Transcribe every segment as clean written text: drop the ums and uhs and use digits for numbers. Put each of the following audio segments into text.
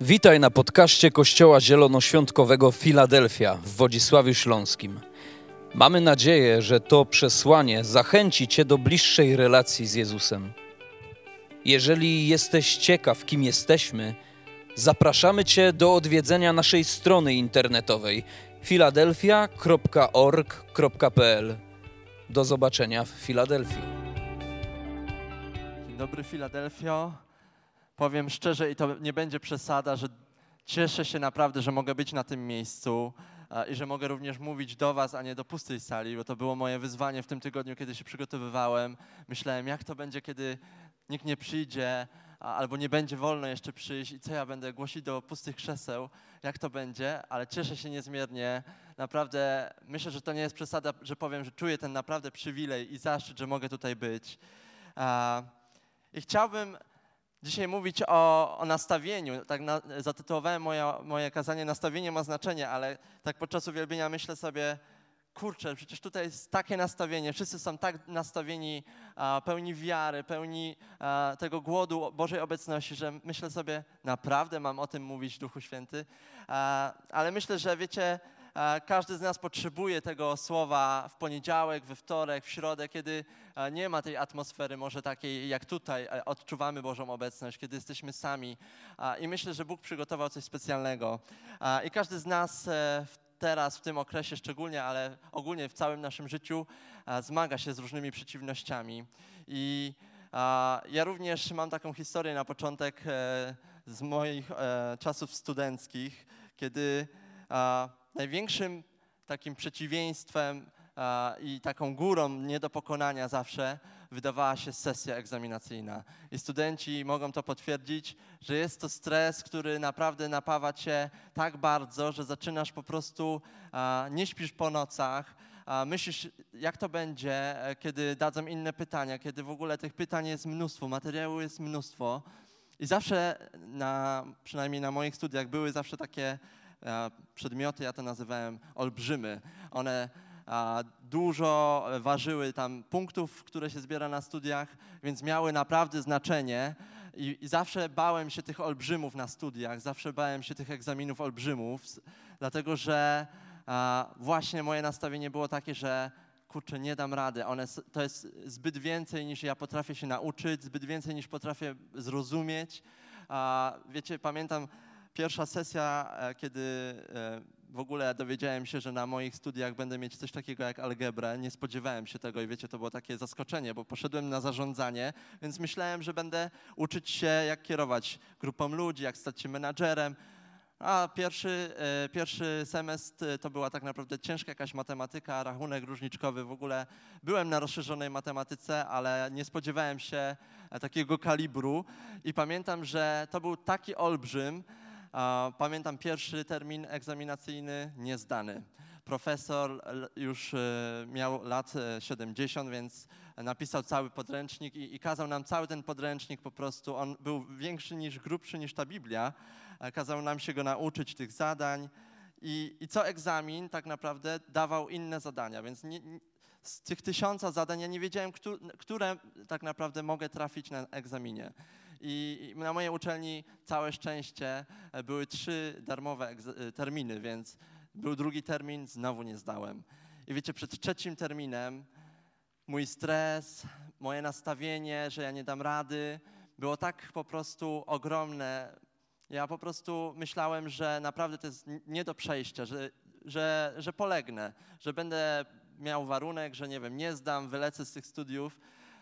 Witaj na podcaście Kościoła Zielonoświątkowego Filadelfia w Wodzisławiu Śląskim. Mamy nadzieję, że to przesłanie zachęci Cię do bliższej relacji z Jezusem. Jeżeli jesteś ciekaw, kim jesteśmy, zapraszamy Cię do odwiedzenia naszej strony internetowej filadelfia.org.pl. Do zobaczenia w Filadelfii. Dzień dobry, Filadelfio. Powiem szczerze, i to nie będzie przesada, że cieszę się naprawdę, że mogę być na tym miejscu i że mogę również mówić do was, a nie do pustej sali, bo to było moje wyzwanie w tym tygodniu, kiedy się przygotowywałem. Myślałem, jak to będzie, kiedy nikt nie przyjdzie albo nie będzie wolno jeszcze przyjść i co ja będę głosić do pustych krzeseł, jak to będzie, ale cieszę się niezmiernie. Naprawdę myślę, że to nie jest przesada, że powiem, że czuję ten naprawdę przywilej i zaszczyt, że mogę tutaj być. I chciałbym dzisiaj mówić o nastawieniu. Tak zatytułowałem moje kazanie "Nastawienie ma znaczenie", ale tak podczas uwielbienia myślę sobie, kurczę, przecież tutaj jest takie nastawienie, wszyscy są tak nastawieni, pełni wiary, pełni tego głodu Bożej obecności, że myślę sobie, naprawdę mam o tym mówić, Duchu Święty. Ale myślę, że wiecie, każdy z nas potrzebuje tego słowa w poniedziałek, we wtorek, w środę, kiedy nie ma tej atmosfery może takiej jak tutaj, odczuwamy Bożą obecność, kiedy jesteśmy sami. I myślę, że Bóg przygotował coś specjalnego. I każdy z nas teraz, w tym okresie szczególnie, ale ogólnie w całym naszym życiu zmaga się z różnymi przeciwnościami. I ja również mam taką historię na początek z moich czasów studenckich, kiedy największym takim przeciwieństwem i taką górą nie do pokonania zawsze wydawała się sesja egzaminacyjna. I studenci mogą to potwierdzić, że jest to stres, który naprawdę napawa cię tak bardzo, że zaczynasz po prostu, nie śpisz po nocach, myślisz, jak to będzie, kiedy dadzą inne pytania, kiedy w ogóle tych pytań jest mnóstwo, materiału jest mnóstwo. I zawsze, przynajmniej na moich studiach, były zawsze takie przedmioty, ja to nazywałem olbrzymy. One dużo ważyły tam punktów, które się zbiera na studiach, więc miały naprawdę znaczenie i zawsze bałem się tych olbrzymów na studiach, zawsze bałem się tych egzaminów olbrzymów, dlatego że właśnie moje nastawienie było takie, że kurczę, nie dam rady, to jest zbyt więcej niż ja potrafię się nauczyć, zbyt więcej niż potrafię zrozumieć. Wiecie, pamiętam pierwsza sesja, kiedy w ogóle dowiedziałem się, że na moich studiach będę mieć coś takiego jak algebrę. Nie spodziewałem się tego i wiecie, to było takie zaskoczenie, bo poszedłem na zarządzanie, więc myślałem, że będę uczyć się, jak kierować grupą ludzi, jak stać się menadżerem. A pierwszy semestr to była tak naprawdę ciężka jakaś matematyka, rachunek różniczkowy. W ogóle byłem na rozszerzonej matematyce, ale nie spodziewałem się takiego kalibru i pamiętam, że to był taki olbrzym. Pamiętam pierwszy termin egzaminacyjny niezdany. Profesor już miał lat 70, więc napisał cały podręcznik i kazał nam cały ten podręcznik po prostu. On był grubszy niż ta Biblia. Kazał nam się go nauczyć, tych zadań. I co egzamin tak naprawdę dawał inne zadania, więc z tych 1000 zadań ja nie wiedziałem, które tak naprawdę mogę trafić na egzaminie. I na mojej uczelni całe szczęście były 3 darmowe terminy, więc był drugi termin, znowu nie zdałem. I wiecie, przed trzecim terminem mój stres, moje nastawienie, że ja nie dam rady, było tak po prostu ogromne. Ja po prostu myślałem, że naprawdę to jest nie do przejścia, że polegnę, że będę miał warunek, że nie wiem, nie zdam, wylecę z tych studiów.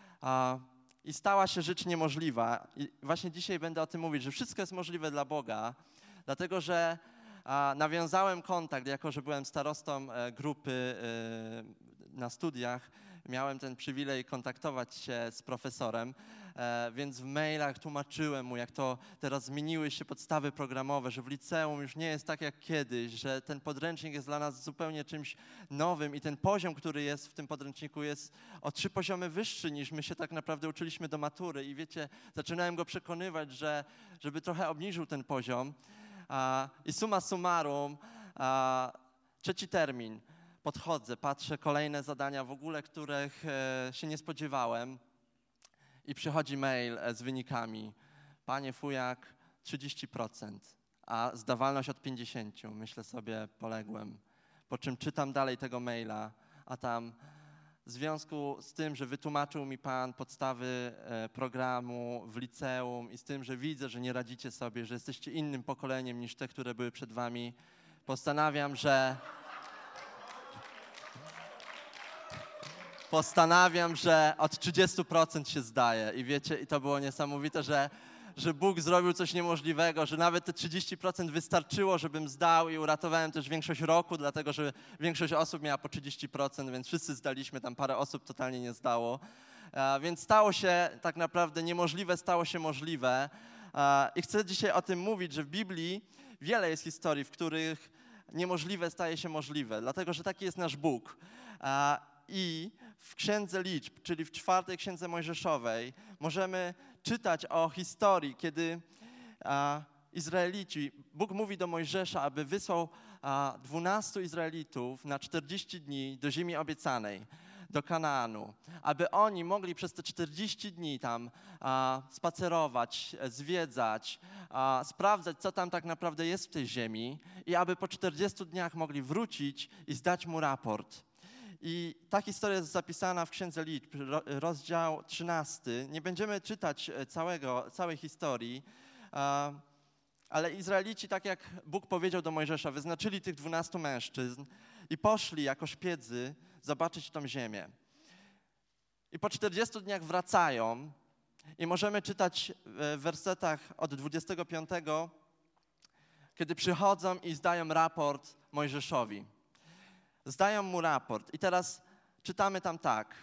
I stała się rzecz niemożliwa. I właśnie dzisiaj będę o tym mówić, że wszystko jest możliwe dla Boga, dlatego że nawiązałem kontakt, jako że byłem starostą grupy na studiach, miałem ten przywilej kontaktować się z profesorem, więc w mailach tłumaczyłem mu, jak to teraz zmieniły się podstawy programowe, że w liceum już nie jest tak jak kiedyś, że ten podręcznik jest dla nas zupełnie czymś nowym i ten poziom, który jest w tym podręczniku, jest o 3 poziomy wyższy niż my się tak naprawdę uczyliśmy do matury. I wiecie, zaczynałem go przekonywać, żeby trochę obniżył ten poziom. I summa summarum, trzeci termin. Podchodzę, patrzę, kolejne zadania w ogóle, których się nie spodziewałem i przychodzi mail z wynikami. Panie Fujak, 30%. a zdawalność od 50. Myślę sobie, poległem. Po czym czytam dalej tego maila, a tam w związku z tym, że wytłumaczył mi Pan podstawy programu w liceum i z tym, że widzę, że nie radzicie sobie, że jesteście innym pokoleniem niż te, które były przed wami, postanawiam, że od 30% się zdaje. I wiecie, i to było niesamowite, że Bóg zrobił coś niemożliwego, że nawet te 30% wystarczyło, żebym zdał i uratowałem też większość roku, dlatego że większość osób miała po 30%, więc wszyscy zdaliśmy, tam parę osób totalnie nie zdało. Więc stało się tak naprawdę niemożliwe, stało się możliwe. I chcę dzisiaj o tym mówić, że w Biblii wiele jest historii, w których niemożliwe staje się możliwe, dlatego że taki jest nasz Bóg. I w Księdze Liczb, czyli w 4. Księdze Mojżeszowej, możemy czytać o historii, kiedy Izraelici, Bóg mówi do Mojżesza, aby wysłał 12 Izraelitów na 40 dni do ziemi obiecanej, do Kanaanu, aby oni mogli przez te 40 dni tam spacerować, zwiedzać, sprawdzać, co tam tak naprawdę jest w tej ziemi i aby po 40 dniach mogli wrócić i zdać mu raport. I ta historia jest zapisana w Księdze Liczb, rozdział 13. Nie będziemy czytać całej historii, ale Izraelici, tak jak Bóg powiedział do Mojżesza, wyznaczyli tych 12 mężczyzn i poszli jako szpiedzy zobaczyć tą ziemię. I po 40 dniach wracają i możemy czytać w wersetach od 25, kiedy przychodzą i zdają raport Mojżeszowi. Zdają mu raport i teraz czytamy tam tak.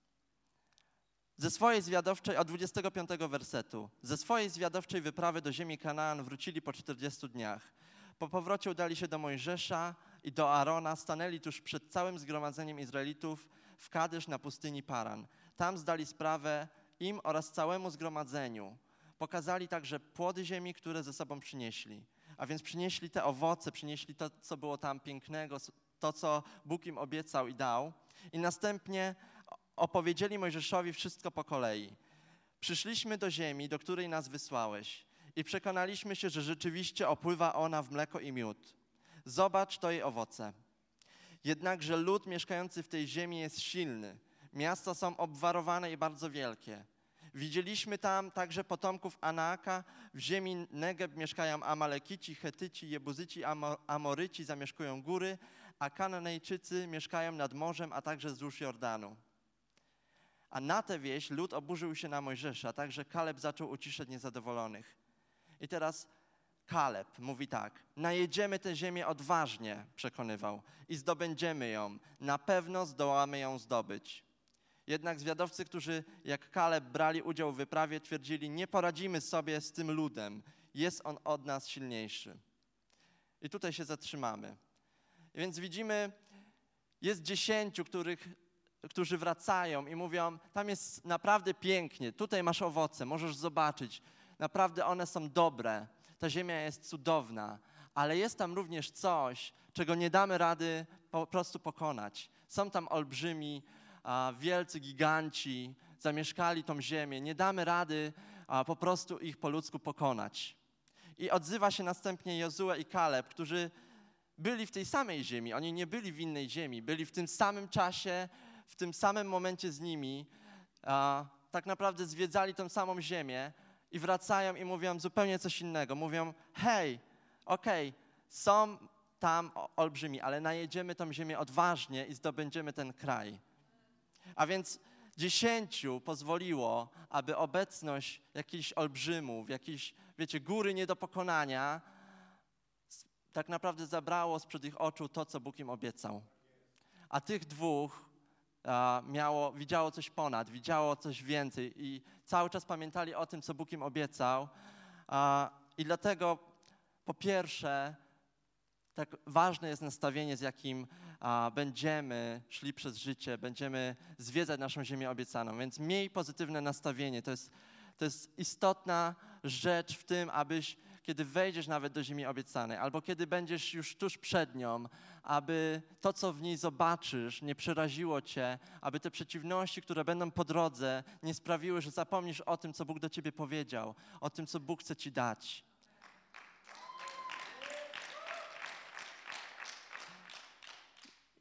Ze swojej zwiadowczej, od 25 wersetu, ze swojej zwiadowczej wyprawy do ziemi Kanaan wrócili po 40 dniach. Po powrocie udali się do Mojżesza i do Aarona, stanęli tuż przed całym zgromadzeniem Izraelitów w Kadysz na pustyni Paran. Tam zdali sprawę im oraz całemu zgromadzeniu. Pokazali także płody ziemi, które ze sobą przynieśli. A więc przynieśli te owoce, przynieśli to, co było tam pięknego, to, co Bóg im obiecał i dał. I następnie opowiedzieli Mojżeszowi wszystko po kolei. Przyszliśmy do ziemi, do której nas wysłałeś i przekonaliśmy się, że rzeczywiście opływa ona w mleko i miód. Zobacz to jej owoce. Jednakże lud mieszkający w tej ziemi jest silny. Miasta są obwarowane i bardzo wielkie. Widzieliśmy tam także potomków Anaaka. W ziemi Negeb mieszkają Amalekici, Chetyci, Jebuzyci, Amoryci zamieszkują góry, a Kananejczycy mieszkają nad morzem, a także wzdłuż Jordanu. A na tę wieść lud oburzył się na Mojżesza, także Kaleb zaczął uciszać niezadowolonych. I teraz Kaleb mówi tak: najedziemy tę ziemię odważnie, przekonywał, i zdobędziemy ją. Na pewno zdołamy ją zdobyć. Jednak zwiadowcy, którzy jak Kaleb brali udział w wyprawie, twierdzili: nie poradzimy sobie z tym ludem, jest on od nas silniejszy. I tutaj się zatrzymamy. Więc widzimy, jest 10, którzy wracają i mówią: tam jest naprawdę pięknie, tutaj masz owoce, możesz zobaczyć, naprawdę one są dobre, ta ziemia jest cudowna, ale jest tam również coś, czego nie damy rady po prostu pokonać. Są tam olbrzymi, wielcy giganci, zamieszkali tą ziemię, nie damy rady po prostu ich po ludzku pokonać. I odzywa się następnie Jozue i Kaleb, którzy byli w tej samej ziemi, oni nie byli w innej ziemi, byli w tym samym czasie, w tym samym momencie z nimi, tak naprawdę zwiedzali tą samą ziemię i wracają i mówią zupełnie coś innego. Mówią: hej, okej, są tam olbrzymi, ale najedziemy tą ziemię odważnie i zdobędziemy ten kraj. A więc 10 pozwoliło, aby obecność jakichś olbrzymów, jakichś, wiecie, góry nie do pokonania, tak naprawdę zabrało sprzed ich oczu to, co Bóg im obiecał. A tych 2 widziało coś ponad, widziało coś więcej i cały czas pamiętali o tym, co Bóg im obiecał. I dlatego po pierwsze tak ważne jest nastawienie, z jakim będziemy szli przez życie, będziemy zwiedzać naszą ziemię obiecaną. Więc miej pozytywne nastawienie. To jest istotna rzecz w tym, abyś, kiedy wejdziesz nawet do ziemi obiecanej, albo kiedy będziesz już tuż przed nią, aby to, co w niej zobaczysz, nie przeraziło cię, aby te przeciwności, które będą po drodze, nie sprawiły, że zapomnisz o tym, co Bóg do ciebie powiedział, o tym, co Bóg chce ci dać.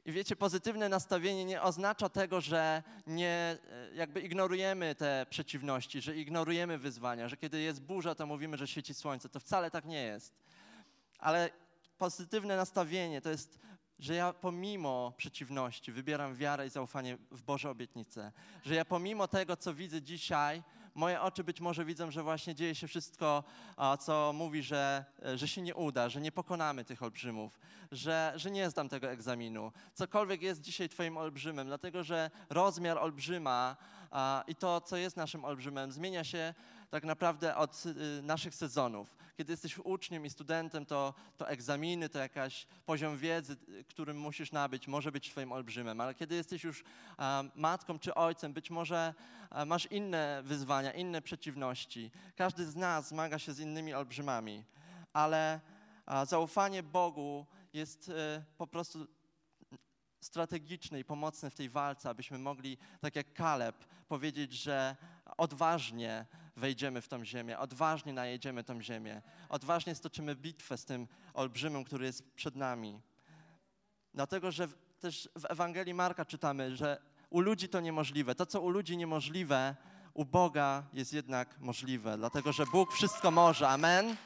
I wiecie, pozytywne nastawienie nie oznacza tego, że nie jakby ignorujemy te przeciwności, że ignorujemy wyzwania, że kiedy jest burza, to mówimy, że świeci słońce. To wcale tak nie jest. Ale pozytywne nastawienie to jest, że ja pomimo przeciwności wybieram wiarę i zaufanie w Boże obietnice. Że ja pomimo tego, co widzę dzisiaj, moje oczy być może widzą, że właśnie dzieje się wszystko, co mówi, że się nie uda, że nie pokonamy tych olbrzymów, że nie zdam tego egzaminu. Cokolwiek jest dzisiaj twoim olbrzymem, dlatego że rozmiar olbrzyma i to, co jest naszym olbrzymem, zmienia się tak naprawdę od naszych sezonów. Kiedy jesteś uczniem i studentem, to egzaminy, to jakaś poziom wiedzy, którym musisz nabyć, może być twoim olbrzymem. Ale kiedy jesteś już matką czy ojcem, być może masz inne wyzwania, inne przeciwności. Każdy z nas zmaga się z innymi olbrzymami, ale zaufanie Bogu jest po prostu strategiczne i pomocne w tej walce, abyśmy mogli, tak jak Kaleb, powiedzieć, że odważnie wejdziemy w tą ziemię, odważnie najedziemy tą ziemię, odważnie stoczymy bitwę z tym olbrzymem, który jest przed nami. Dlatego, że też w Ewangelii Marka czytamy, że u ludzi to niemożliwe. To, co u ludzi niemożliwe, u Boga jest jednak możliwe, dlatego, że Bóg wszystko może. Amen?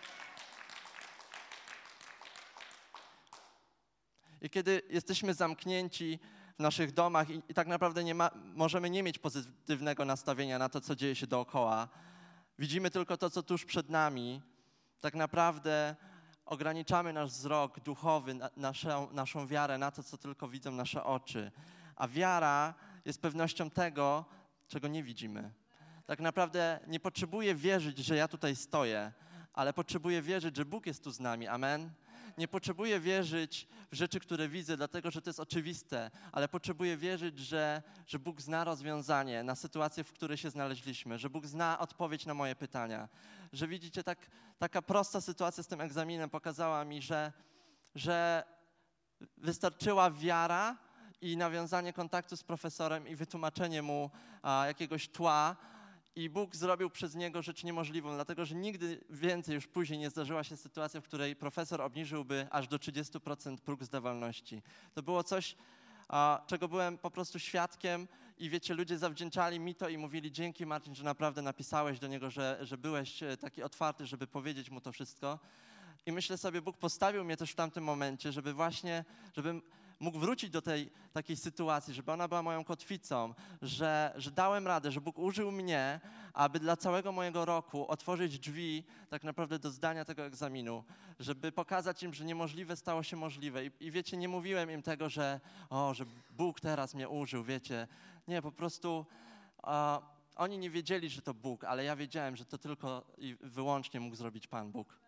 I kiedy jesteśmy zamknięci w naszych domach i tak naprawdę możemy nie mieć pozytywnego nastawienia na to, co dzieje się dookoła, widzimy tylko to, co tuż przed nami, tak naprawdę ograniczamy nasz wzrok duchowy, naszą wiarę na to, co tylko widzą nasze oczy. A wiara jest pewnością tego, czego nie widzimy. Tak naprawdę nie potrzebuję wierzyć, że ja tutaj stoję, ale potrzebuję wierzyć, że Bóg jest tu z nami. Amen? Nie potrzebuję wierzyć w rzeczy, które widzę, dlatego że to jest oczywiste, ale potrzebuję wierzyć, że Bóg zna rozwiązanie na sytuację, w której się znaleźliśmy, że Bóg zna odpowiedź na moje pytania. Że widzicie, taka prosta sytuacja z tym egzaminem pokazała mi, że wystarczyła wiara i nawiązanie kontaktu z profesorem i wytłumaczenie mu jakiegoś tła, i Bóg zrobił przez niego rzecz niemożliwą, dlatego że nigdy więcej już później nie zdarzyła się sytuacja, w której profesor obniżyłby aż do 30% próg zdawalności. To było coś, czego byłem po prostu świadkiem i wiecie, ludzie zawdzięczali mi to i mówili: dzięki Marcin, że naprawdę napisałeś do niego, że byłeś taki otwarty, żeby powiedzieć mu to wszystko. I myślę sobie, Bóg postawił mnie też w tamtym momencie, żebym mógł wrócić do tej takiej sytuacji, żeby ona była moją kotwicą, że dałem radę, że Bóg użył mnie, aby dla całego mojego roku otworzyć drzwi tak naprawdę do zdania tego egzaminu, żeby pokazać im, że niemożliwe stało się możliwe. I wiecie, nie mówiłem im tego, że Bóg teraz mnie użył, wiecie. Nie, po prostu oni nie wiedzieli, że to Bóg, ale ja wiedziałem, że to tylko i wyłącznie mógł zrobić Pan Bóg.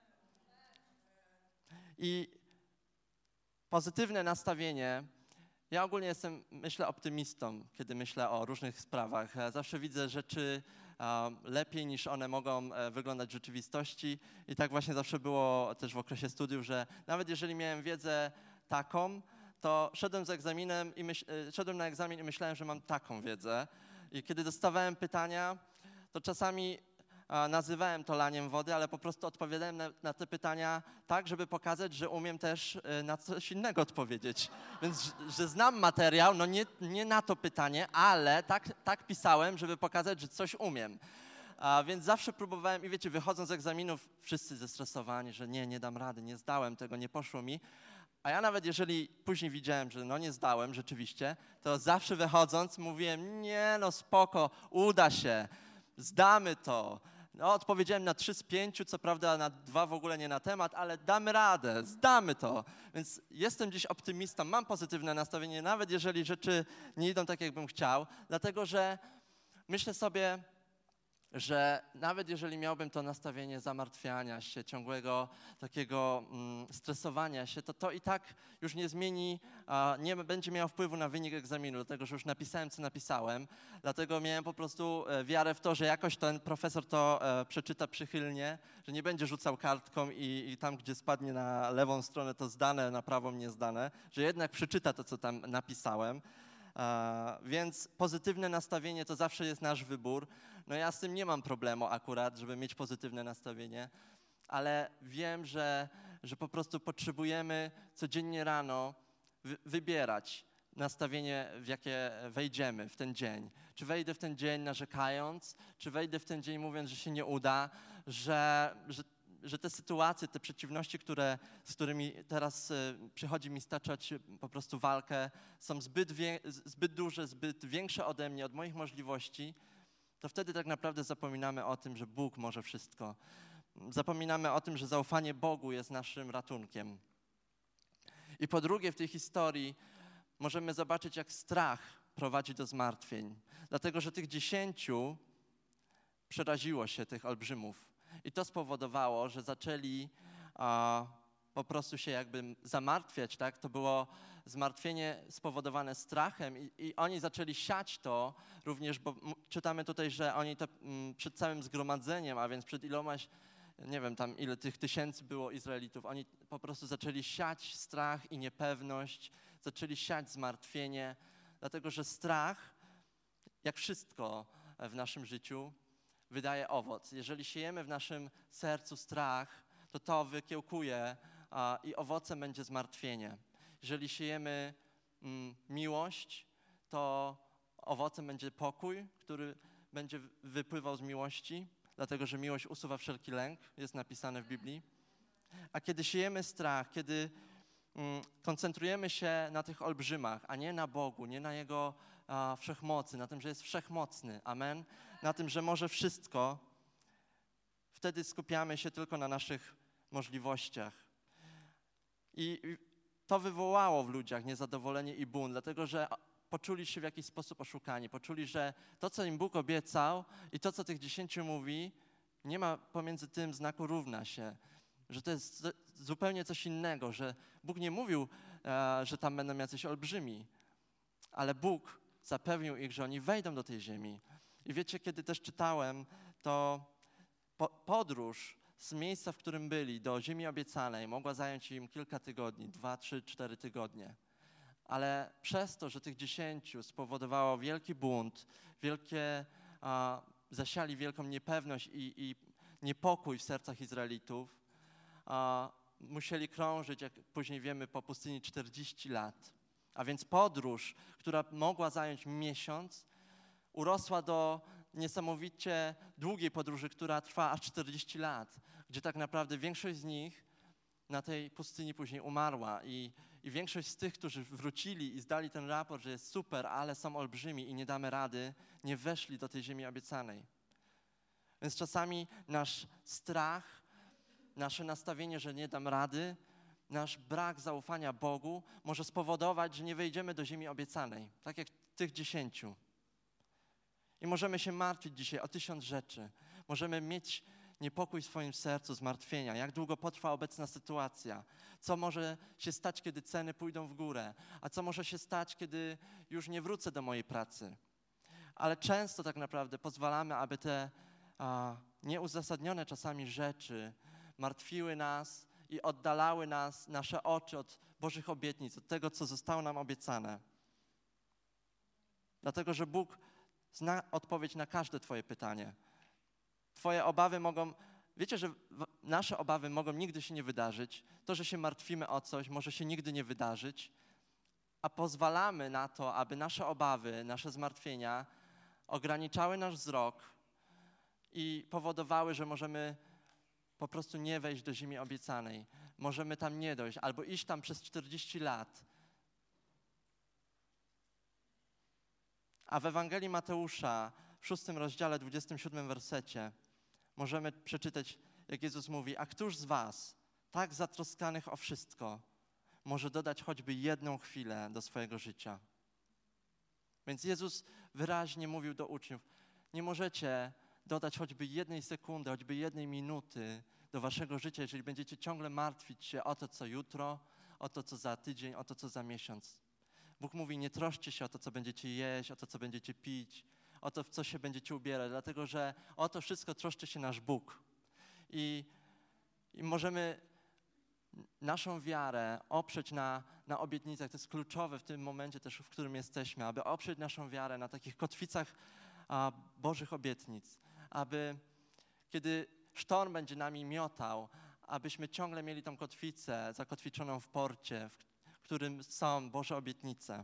I pozytywne nastawienie. Ja ogólnie jestem, myślę, optymistą, kiedy myślę o różnych sprawach. Zawsze widzę rzeczy lepiej, niż one mogą wyglądać w rzeczywistości. I tak właśnie zawsze było też w okresie studiów, że nawet jeżeli miałem wiedzę taką, to szedłem na egzamin i myślałem, że mam taką wiedzę. I kiedy dostawałem pytania, to czasami nazywałem to laniem wody, ale po prostu odpowiadałem na te pytania tak, żeby pokazać, że umiem też na coś innego odpowiedzieć. Więc, że znam materiał, no nie na to pytanie, ale tak pisałem, żeby pokazać, że coś umiem. Więc zawsze próbowałem i wiecie, wychodząc z egzaminów, wszyscy zestresowani, że nie dam rady, nie zdałem tego, nie poszło mi. A ja nawet jeżeli później widziałem, że nie zdałem rzeczywiście, to zawsze wychodząc mówiłem: nie, spoko, uda się, zdamy to. Odpowiedziałem na 3 z 5, co prawda na 2 w ogóle nie na temat, ale damy radę, zdamy to. Więc jestem dziś optymistą, mam pozytywne nastawienie, nawet jeżeli rzeczy nie idą tak, jakbym chciał, dlatego że myślę sobie, że nawet jeżeli miałbym to nastawienie zamartwiania się, ciągłego takiego stresowania się, to i tak już nie zmieni, nie będzie miało wpływu na wynik egzaminu, dlatego że już napisałem, co napisałem. Dlatego miałem po prostu wiarę w to, że jakoś ten profesor to przeczyta przychylnie, że nie będzie rzucał kartką i tam, gdzie spadnie na lewą stronę, to zdane, na prawą niezdane, że jednak przeczyta to, co tam napisałem. Więc pozytywne nastawienie to zawsze jest nasz wybór. Ja z tym nie mam problemu akurat, żeby mieć pozytywne nastawienie, ale wiem, że po prostu potrzebujemy codziennie rano wybierać nastawienie, w jakie wejdziemy w ten dzień. Czy wejdę w ten dzień narzekając, czy wejdę w ten dzień mówiąc, że się nie uda, że te sytuacje, te przeciwności, z którymi teraz przychodzi mi staczać po prostu walkę, są zbyt duże, zbyt większe ode mnie, od moich możliwości, to wtedy tak naprawdę zapominamy o tym, że Bóg może wszystko. Zapominamy o tym, że zaufanie Bogu jest naszym ratunkiem. I po drugie, w tej historii możemy zobaczyć, jak strach prowadzi do zmartwień. Dlatego, że tych 10 przeraziło się tych olbrzymów. I to spowodowało, że zaczęli po prostu się jakby zamartwiać, tak? To było zmartwienie spowodowane strachem i oni zaczęli siać to również, bo czytamy tutaj, że oni to przed całym zgromadzeniem, a więc przed ilomaś, nie wiem tam ile tych tysięcy było Izraelitów, oni po prostu zaczęli siać strach i niepewność, zaczęli siać zmartwienie, dlatego że strach, jak wszystko w naszym życiu, wydaje owoc. Jeżeli siejemy w naszym sercu strach, to wykiełkuje i owocem będzie zmartwienie. Jeżeli siejemy miłość, to owocem będzie pokój, który będzie wypływał z miłości, dlatego że miłość usuwa wszelki lęk, jest napisane w Biblii. A kiedy siejemy strach, kiedy koncentrujemy się na tych olbrzymach, a nie na Bogu, nie na Jego wszechmocy, na tym, że jest wszechmocny, amen, na tym, że może wszystko, wtedy skupiamy się tylko na naszych możliwościach. I to wywołało w ludziach niezadowolenie i bunt, dlatego że poczuli się w jakiś sposób oszukani, poczuli, że to, co im Bóg obiecał i to, co tych 10 mówi, nie ma pomiędzy tym znaku równa się, że to jest zupełnie coś innego, że Bóg nie mówił, że tam będą jacyś olbrzymi, ale Bóg zapewnił ich, że oni wejdą do tej ziemi. I wiecie, kiedy też czytałem, to podróż z miejsca, w którym byli, do ziemi obiecanej mogła zająć im kilka tygodni, 2, 3, 4 tygodnie. Ale przez to, że tych 10 spowodowało wielki bunt, zasiali wielką niepewność i niepokój w sercach Izraelitów, musieli krążyć, jak później wiemy, po pustyni 40 lat. A więc podróż, która mogła zająć miesiąc, urosła do niesamowicie długiej podróży, która trwa aż 40 lat, gdzie tak naprawdę większość z nich na tej pustyni później umarła i większość z tych, którzy wrócili i zdali ten raport, że jest super, ale są olbrzymi i nie damy rady, nie weszli do tej ziemi obiecanej. Więc czasami nasz strach, nasze nastawienie, że nie dam rady, nasz brak zaufania Bogu może spowodować, że nie wejdziemy do ziemi obiecanej, tak jak tych 10. I możemy się martwić dzisiaj o 1000 rzeczy. Możemy mieć niepokój w swoim sercu, zmartwienia. Jak długo potrwa obecna sytuacja? Co może się stać, kiedy ceny pójdą w górę? A co może się stać, kiedy już nie wrócę do mojej pracy? Ale często tak naprawdę pozwalamy, aby te nieuzasadnione czasami rzeczy martwiły nas i oddalały nas, nasze oczy od Bożych obietnic, od tego, co zostało nam obiecane. Dlatego, że Bóg zna odpowiedź na każde twoje pytanie. Twoje obawy wiecie, że nasze obawy mogą nigdy się nie wydarzyć. To, że się martwimy o coś, może się nigdy nie wydarzyć, a pozwalamy na to, aby nasze obawy, nasze zmartwienia ograniczały nasz wzrok i powodowały, że możemy po prostu nie wejść do ziemi obiecanej. Możemy tam nie dojść, albo iść tam przez 40 lat. A w Ewangelii Mateusza w 6 rozdziale, 27 wersecie możemy przeczytać, jak Jezus mówi: a któż z was, tak zatroskanych o wszystko, może dodać choćby jedną chwilę do swojego życia? Więc Jezus wyraźnie mówił do uczniów: nie możecie dodać choćby jednej sekundy, choćby jednej minuty do waszego życia, jeżeli będziecie ciągle martwić się o to, co jutro, o to, co za tydzień, o to, co za miesiąc. Bóg mówi: nie troszczcie się o to, co będziecie jeść, o to, co będziecie pić, o to, w co się będziecie ubierać, dlatego że o to wszystko troszczy się nasz Bóg. I możemy naszą wiarę oprzeć na obietnicach. To jest kluczowe w tym momencie też, w którym jesteśmy, aby oprzeć naszą wiarę na takich kotwicach Bożych obietnic, aby kiedy sztorm będzie nami miotał, abyśmy ciągle mieli tą kotwicę zakotwiczoną w porcie, którym są Boże obietnice.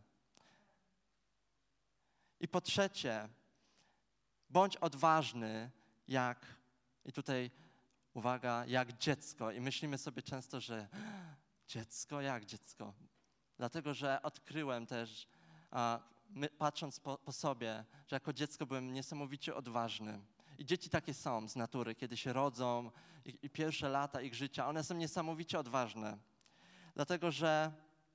I po trzecie, bądź odważny i tutaj uwaga, jak dziecko. I myślimy sobie często, że dziecko, jak dziecko? Dlatego, że odkryłem też, patrząc po sobie, że jako dziecko byłem niesamowicie odważny. I dzieci takie są z natury, kiedy się rodzą i pierwsze lata ich życia, one są niesamowicie odważne. Dlatego, że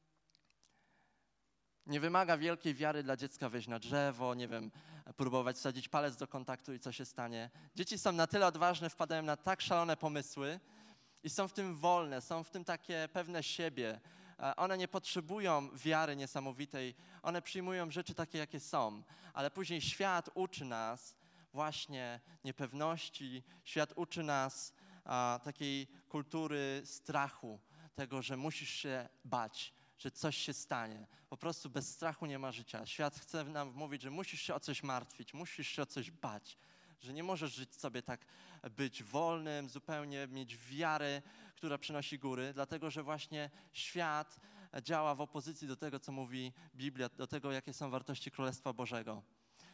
nie wymaga wielkiej wiary dla dziecka wejść na drzewo, nie wiem, próbować wsadzić palec do kontaktu i co się stanie. Dzieci są na tyle odważne, wpadają na tak szalone pomysły i są w tym wolne, są w tym takie pewne siebie. One nie potrzebują wiary niesamowitej, one przyjmują rzeczy takie, jakie są. Ale później świat uczy nas właśnie niepewności, świat uczy nas takiej kultury strachu, tego, że musisz się bać, że coś się stanie. Po prostu bez strachu nie ma życia. Świat chce nam mówić, że musisz się o coś martwić, musisz się o coś bać, że nie możesz żyć sobie tak, być wolnym, zupełnie mieć wiarę, która przynosi góry, dlatego że właśnie świat działa w opozycji do tego, co mówi Biblia, do tego, jakie są wartości Królestwa Bożego.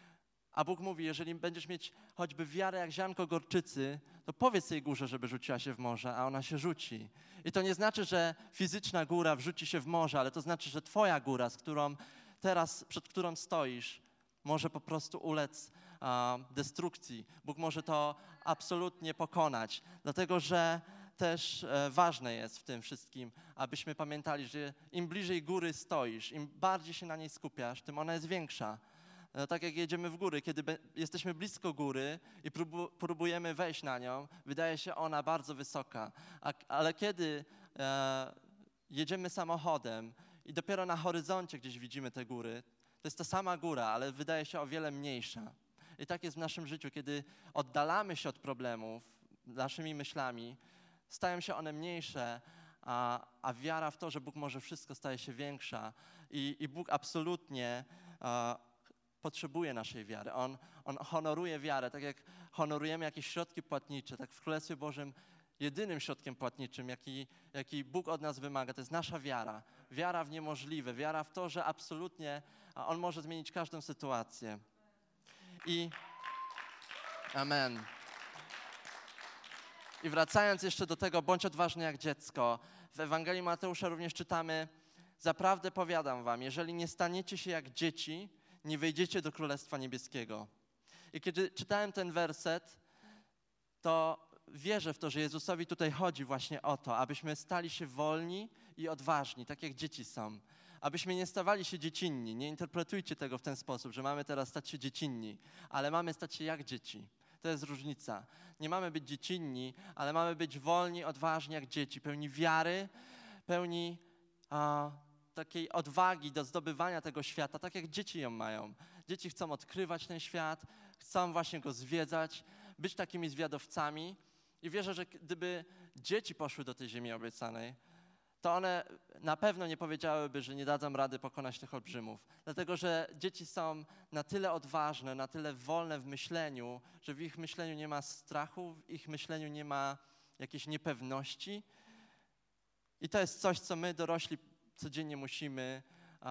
A Bóg mówi, jeżeli będziesz mieć choćby wiarę jak ziarnko gorczycy, to powiedz tej górze, żeby rzuciła się w morze, a ona się rzuci. I to nie znaczy, że fizyczna góra wrzuci się w morze, ale to znaczy, że twoja góra, przed którą stoisz, może po prostu ulec destrukcji. Bóg może to absolutnie pokonać, dlatego że też ważne jest w tym wszystkim, abyśmy pamiętali, że im bliżej góry stoisz, im bardziej się na niej skupiasz, tym ona jest większa. Tak jak jedziemy w góry, kiedy jesteśmy blisko góry i próbujemy wejść na nią, wydaje się ona bardzo wysoka. Ale kiedy jedziemy samochodem i dopiero na horyzoncie gdzieś widzimy te góry, to jest ta sama góra, ale wydaje się o wiele mniejsza. I tak jest w naszym życiu, kiedy oddalamy się od problemów naszymi myślami, stają się one mniejsze, a wiara w to, że Bóg może wszystko, staje się większa. I Bóg absolutnie potrzebuje naszej wiary. On honoruje wiarę, tak jak honorujemy jakieś środki płatnicze, tak w Królestwie Bożym jedynym środkiem płatniczym, jaki Bóg od nas wymaga, to jest nasza wiara. Wiara w niemożliwe, wiara w to, że absolutnie On może zmienić każdą sytuację. Amen. I wracając jeszcze do tego, bądź odważny jak dziecko. W Ewangelii Mateusza również czytamy: zaprawdę powiadam wam, jeżeli nie staniecie się jak dzieci, nie wejdziecie do Królestwa Niebieskiego. I kiedy czytałem ten werset, to wierzę w to, że Jezusowi tutaj chodzi właśnie o to, abyśmy stali się wolni i odważni, tak jak dzieci są. Abyśmy nie stawali się dziecinni. Nie interpretujcie tego w ten sposób, że mamy teraz stać się dziecinni, ale mamy stać się jak dzieci. To jest różnica. Nie mamy być dziecinni, ale mamy być wolni, odważni jak dzieci, pełni wiary, pełni takiej odwagi do zdobywania tego świata, tak jak dzieci ją mają. Dzieci chcą odkrywać ten świat, chcą właśnie go zwiedzać, być takimi zwiadowcami. I wierzę, że gdyby dzieci poszły do tej ziemi obiecanej, to one na pewno nie powiedziałyby, że nie dadzą rady pokonać tych olbrzymów. Dlatego, że dzieci są na tyle odważne, na tyle wolne w myśleniu, że w ich myśleniu nie ma strachu, w ich myśleniu nie ma jakiejś niepewności. I to jest coś, co my dorośli codziennie musimy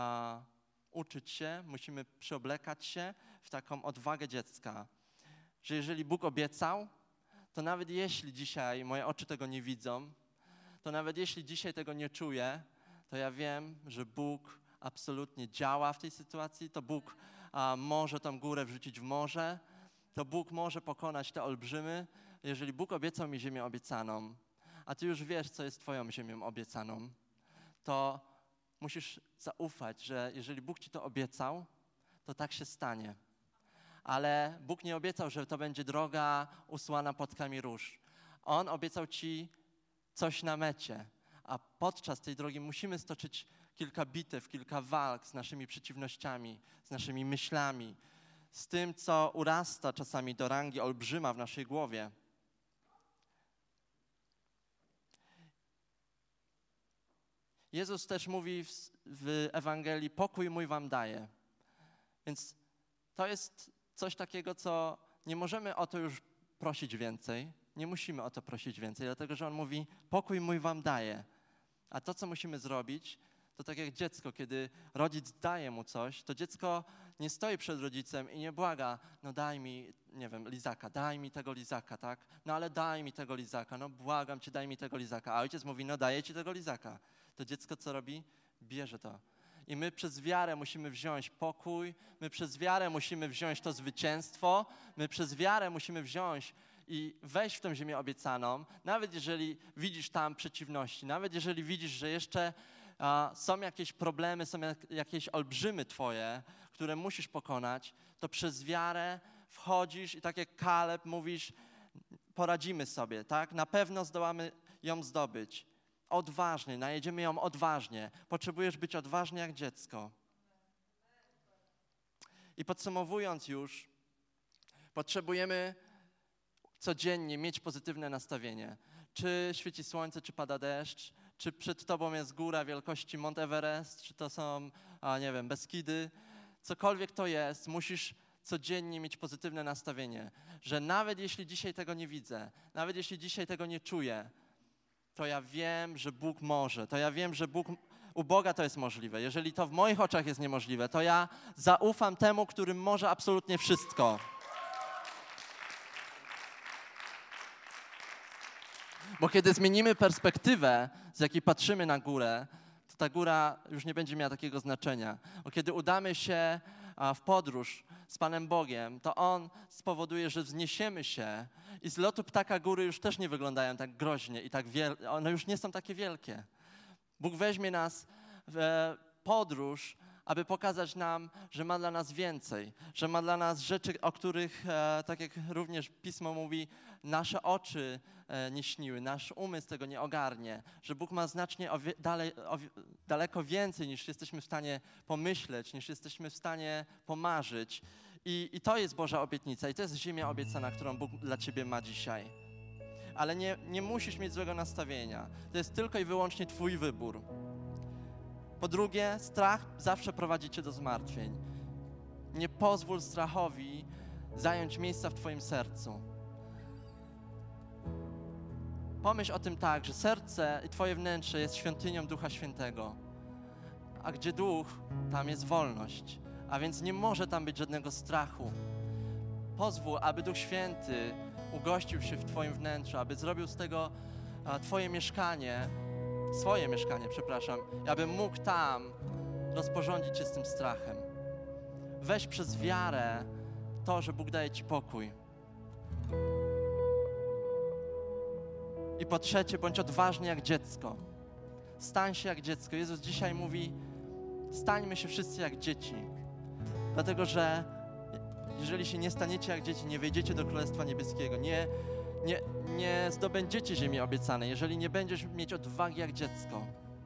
uczyć się, musimy przyoblekać się w taką odwagę dziecka. Że jeżeli Bóg obiecał, to nawet jeśli dzisiaj moje oczy tego nie widzą, to nawet jeśli dzisiaj tego nie czuję, to ja wiem, że Bóg absolutnie działa w tej sytuacji, to Bóg może tą górę wrzucić w morze, to Bóg może pokonać te olbrzymy. Jeżeli Bóg obiecał mi ziemię obiecaną, a ty już wiesz, co jest twoją ziemią obiecaną, to musisz zaufać, że jeżeli Bóg ci to obiecał, to tak się stanie. Ale Bóg nie obiecał, że to będzie droga usłana płatkami róż. On obiecał ci coś na mecie, a podczas tej drogi musimy stoczyć kilka bitew, kilka walk z naszymi przeciwnościami, z naszymi myślami, z tym, co urasta czasami do rangi olbrzyma w naszej głowie. Jezus też mówi w Ewangelii: pokój mój wam daję. Więc to jest coś takiego, co nie możemy o to już prosić więcej, nie musimy o to prosić więcej, dlatego że On mówi: pokój mój wam daję. A to, co musimy zrobić, To tak jak dziecko, kiedy rodzic daje mu coś, to dziecko nie stoi przed rodzicem i nie błaga, no daj mi, nie wiem, lizaka, daj mi tego lizaka, tak? No ale daj mi tego lizaka, no błagam cię, daj mi tego lizaka. A ojciec mówi, no daję ci tego lizaka. To dziecko co robi? Bierze to. I my przez wiarę musimy wziąć pokój, my przez wiarę musimy wziąć to zwycięstwo, my przez wiarę musimy wziąć i wejść w tę ziemię obiecaną, nawet jeżeli widzisz tam przeciwności, nawet jeżeli widzisz, że jeszcze są jakieś problemy, są jakieś olbrzymy twoje, które musisz pokonać, to przez wiarę wchodzisz i tak jak Kaleb mówisz, poradzimy sobie, tak? Na pewno zdołamy ją zdobyć. Odważnie, najedziemy ją odważnie. Potrzebujesz być odważny jak dziecko. I podsumowując już, potrzebujemy codziennie mieć pozytywne nastawienie. Czy świeci słońce, czy pada deszcz, czy przed tobą jest góra wielkości Mount Everest, czy to są, nie wiem, Beskidy. Cokolwiek to jest, musisz codziennie mieć pozytywne nastawienie, że nawet jeśli dzisiaj tego nie widzę, nawet jeśli dzisiaj tego nie czuję, to ja wiem, że Bóg może, to ja wiem, że u Boga to jest możliwe. Jeżeli to w moich oczach jest niemożliwe, to ja zaufam temu, który może absolutnie wszystko. Bo kiedy zmienimy perspektywę, z jakiej patrzymy na górę, to ta góra już nie będzie miała takiego znaczenia. Bo kiedy udamy się w podróż z Panem Bogiem, to On spowoduje, że wzniesiemy się i z lotu ptaka góry już też nie wyglądają tak groźnie i tak wielkie. One już nie są takie wielkie. Bóg weźmie nas w podróż, aby pokazać nam, że ma dla nas więcej, że ma dla nas rzeczy, o których, tak jak również Pismo mówi, nasze oczy nie śniły, nasz umysł tego nie ogarnie, że Bóg ma znacznie daleko więcej, niż jesteśmy w stanie pomyśleć, niż jesteśmy w stanie pomarzyć. I to jest Boża obietnica i to jest ziemia obiecana, którą Bóg dla ciebie ma dzisiaj. Ale nie musisz mieć złego nastawienia. To jest tylko i wyłącznie twój wybór. Po drugie, strach zawsze prowadzi cię do zmartwień. Nie pozwól strachowi zająć miejsca w twoim sercu. Pomyśl o tym tak, że serce i twoje wnętrze jest świątynią Ducha Świętego. A gdzie Duch, tam jest wolność. A więc nie może tam być żadnego strachu. Pozwól, aby Duch Święty ugościł się w twoim wnętrzu, aby zrobił z tego swoje mieszkanie, i aby mógł tam rozporządzić się z tym strachem. Weź przez wiarę to, że Bóg daje ci pokój. I po trzecie, bądź odważny jak dziecko. Stań się jak dziecko. Jezus dzisiaj mówi, stańmy się wszyscy jak dzieci. Dlatego, że jeżeli się nie staniecie jak dzieci, nie wejdziecie do Królestwa Niebieskiego, nie zdobędziecie ziemi obiecanej, jeżeli nie będziesz mieć odwagi jak dziecko.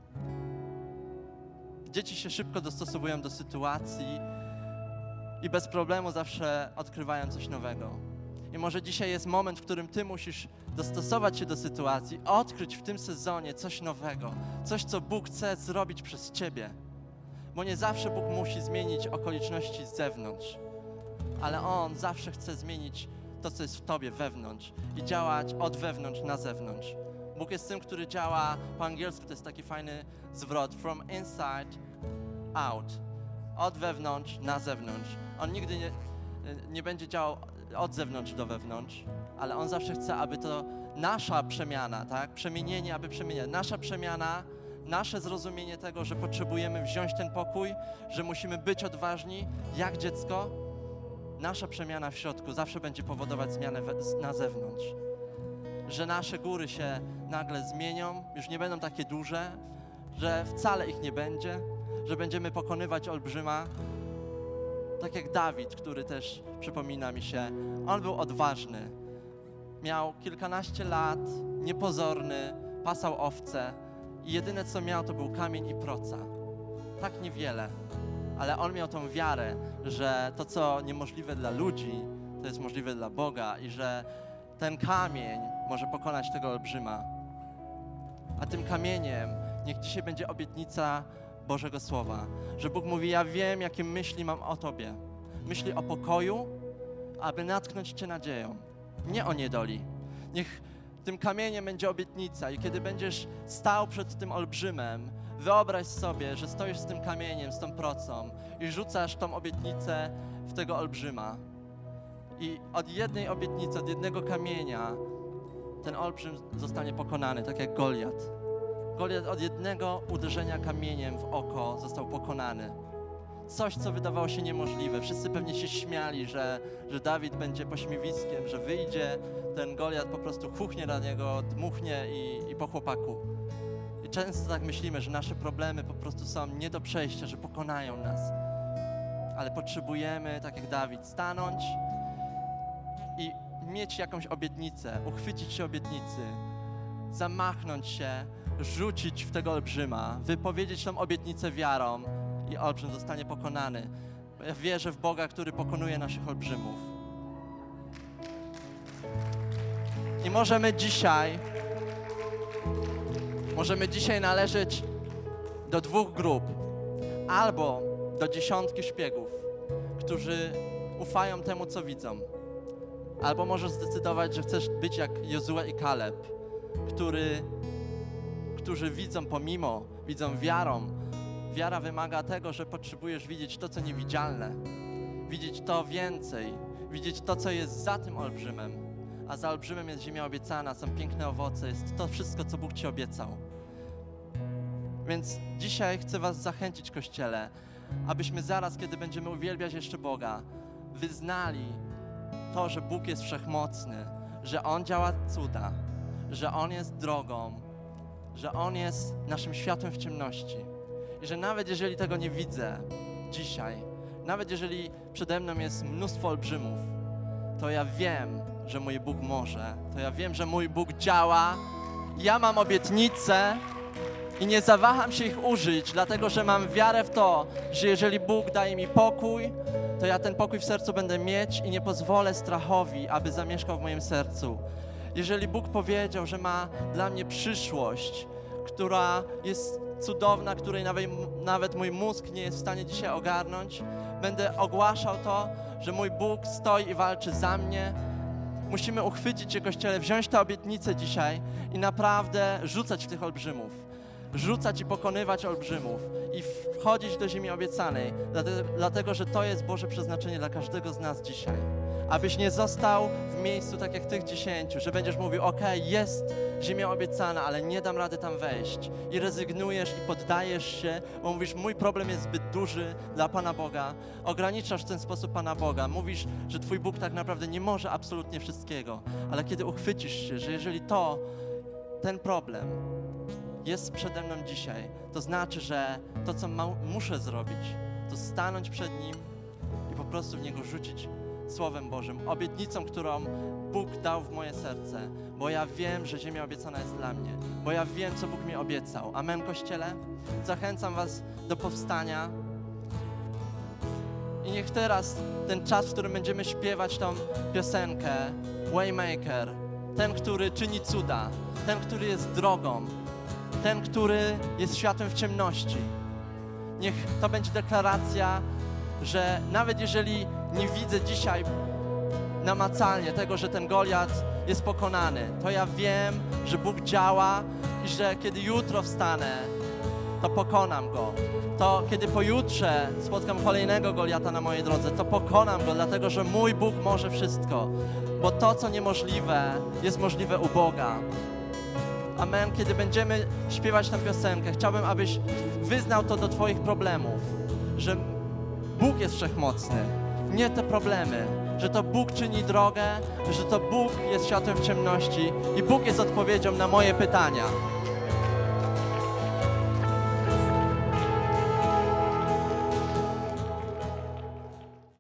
Dzieci się szybko dostosowują do sytuacji i bez problemu zawsze odkrywają coś nowego. I może dzisiaj jest moment, w którym ty musisz dostosować się do sytuacji, odkryć w tym sezonie coś nowego, coś, co Bóg chce zrobić przez ciebie. Bo nie zawsze Bóg musi zmienić okoliczności z zewnątrz, ale On zawsze chce zmienić to, co jest w tobie wewnątrz i działać od wewnątrz na zewnątrz. Bóg jest tym, który działa, po angielsku to jest taki fajny zwrot, from inside out, od wewnątrz na zewnątrz. On nigdy nie będzie działał od zewnątrz do wewnątrz, ale On zawsze chce, aby to nasza przemiana, tak? Przemienienie, aby przemieniać. Nasza przemiana, nasze zrozumienie tego, że potrzebujemy wziąć ten pokój, że musimy być odważni jak dziecko, nasza przemiana w środku zawsze będzie powodować zmianę na zewnątrz. Że nasze góry się nagle zmienią, już nie będą takie duże, że wcale ich nie będzie, że będziemy pokonywać olbrzyma. Tak jak Dawid, który też przypomina mi się, on był odważny. Miał kilkanaście lat, niepozorny, pasał owce i jedyne co miał to był kamień i proca. Tak niewiele, ale on miał tą wiarę, że to co niemożliwe dla ludzi, to jest możliwe dla Boga i że ten kamień może pokonać tego olbrzyma. A tym kamieniem niech dzisiaj będzie obietnica Bożego Słowa, że Bóg mówi, ja wiem, jakie myśli mam o Tobie. Myśli o pokoju, aby natknąć Cię nadzieją, nie o niedoli. Niech tym kamieniem będzie obietnica i kiedy będziesz stał przed tym olbrzymem, Wyobraź sobie, że stoisz z tym kamieniem, z tą procą i rzucasz tą obietnicę w tego olbrzyma. I od jednej obietnicy, od jednego kamienia ten olbrzym zostanie pokonany, tak jak Goliat. Goliat od jednego uderzenia kamieniem w oko został pokonany. Coś, co wydawało się niemożliwe. Wszyscy pewnie się śmiali, że Dawid będzie pośmiewiskiem, że wyjdzie, ten Goliat po prostu chuchnie na niego, dmuchnie i po chłopaku. I często tak myślimy, że nasze problemy po prostu są nie do przejścia, że pokonają nas. Ale potrzebujemy, tak jak Dawid, stanąć i mieć jakąś obietnicę, uchwycić się obietnicy, zamachnąć się, rzucić w tego olbrzyma, wypowiedzieć tą obietnicę wiarą i olbrzym zostanie pokonany. Ja wierzę w Boga, który pokonuje naszych olbrzymów. I możemy dzisiaj należeć do dwóch grup. Albo do 10 szpiegów, którzy ufają temu, co widzą. Albo możesz zdecydować, że chcesz być jak Jozue i Kaleb, którzy widzą wiarą. Ziara wymaga tego, że potrzebujesz widzieć to, co niewidzialne, widzieć to więcej, widzieć to, co jest za tym olbrzymem. A za olbrzymem jest ziemia obiecana, są piękne owoce, jest to wszystko, co Bóg Ci obiecał. Więc dzisiaj chcę Was zachęcić, Kościele, abyśmy zaraz, kiedy będziemy uwielbiać jeszcze Boga, wyznali to, że Bóg jest wszechmocny, że On działa cuda, że On jest drogą, że On jest naszym światłem w ciemności. I że nawet jeżeli tego nie widzę dzisiaj, nawet jeżeli przede mną jest mnóstwo olbrzymów, to ja wiem, że mój Bóg może, to ja wiem, że mój Bóg działa. Ja mam obietnice i nie zawaham się ich użyć, dlatego że mam wiarę w to, że jeżeli Bóg daje mi pokój, to ja ten pokój w sercu będę mieć i nie pozwolę strachowi, aby zamieszkał w moim sercu. Jeżeli Bóg powiedział, że ma dla mnie przyszłość, która jest cudowna, której nawet mój mózg nie jest w stanie dzisiaj ogarnąć, będę ogłaszał to, że mój Bóg stoi i walczy za mnie. Musimy uchwycić się, Kościele, wziąć tę obietnicę dzisiaj i naprawdę rzucać w tych olbrzymów. Rzucać i pokonywać olbrzymów i wchodzić do ziemi obiecanej, dlatego że to jest Boże przeznaczenie dla każdego z nas dzisiaj. Abyś nie został w miejscu tak jak tych 10, że będziesz mówił, okej, jest ziemia obiecana, ale nie dam rady tam wejść. I rezygnujesz i poddajesz się, bo mówisz, mój problem jest zbyt duży dla Pana Boga. Ograniczasz w ten sposób Pana Boga. Mówisz, że Twój Bóg tak naprawdę nie może absolutnie wszystkiego. Ale kiedy uchwycisz się, że jeżeli ten problem jest przede mną dzisiaj, to znaczy, że to, co muszę zrobić, to stanąć przed Nim i po prostu w Niego rzucić Słowem Bożym, obietnicą, którą Bóg dał w moje serce, bo ja wiem, że ziemia obiecana jest dla mnie, bo ja wiem, co Bóg mi obiecał. Amen, Kościele? Zachęcam Was do powstania i niech teraz ten czas, w którym będziemy śpiewać tą piosenkę Waymaker, ten, który czyni cuda, ten, który jest drogą, ten, który jest światłem w ciemności. Niech to będzie deklaracja, że nawet jeżeli nie widzę dzisiaj namacalnie tego, że ten Goliat jest pokonany, to ja wiem, że Bóg działa i że kiedy jutro wstanę, to pokonam Go. To kiedy pojutrze spotkam kolejnego Goliata na mojej drodze, to pokonam Go, dlatego że mój Bóg może wszystko. Bo to, co niemożliwe, jest możliwe u Boga. Amen. Kiedy będziemy śpiewać tę piosenkę, chciałbym, abyś wyznał to do Twoich problemów, że Bóg jest wszechmocny, nie te problemy, że to Bóg czyni drogę, że to Bóg jest światłem w ciemności i Bóg jest odpowiedzią na moje pytania.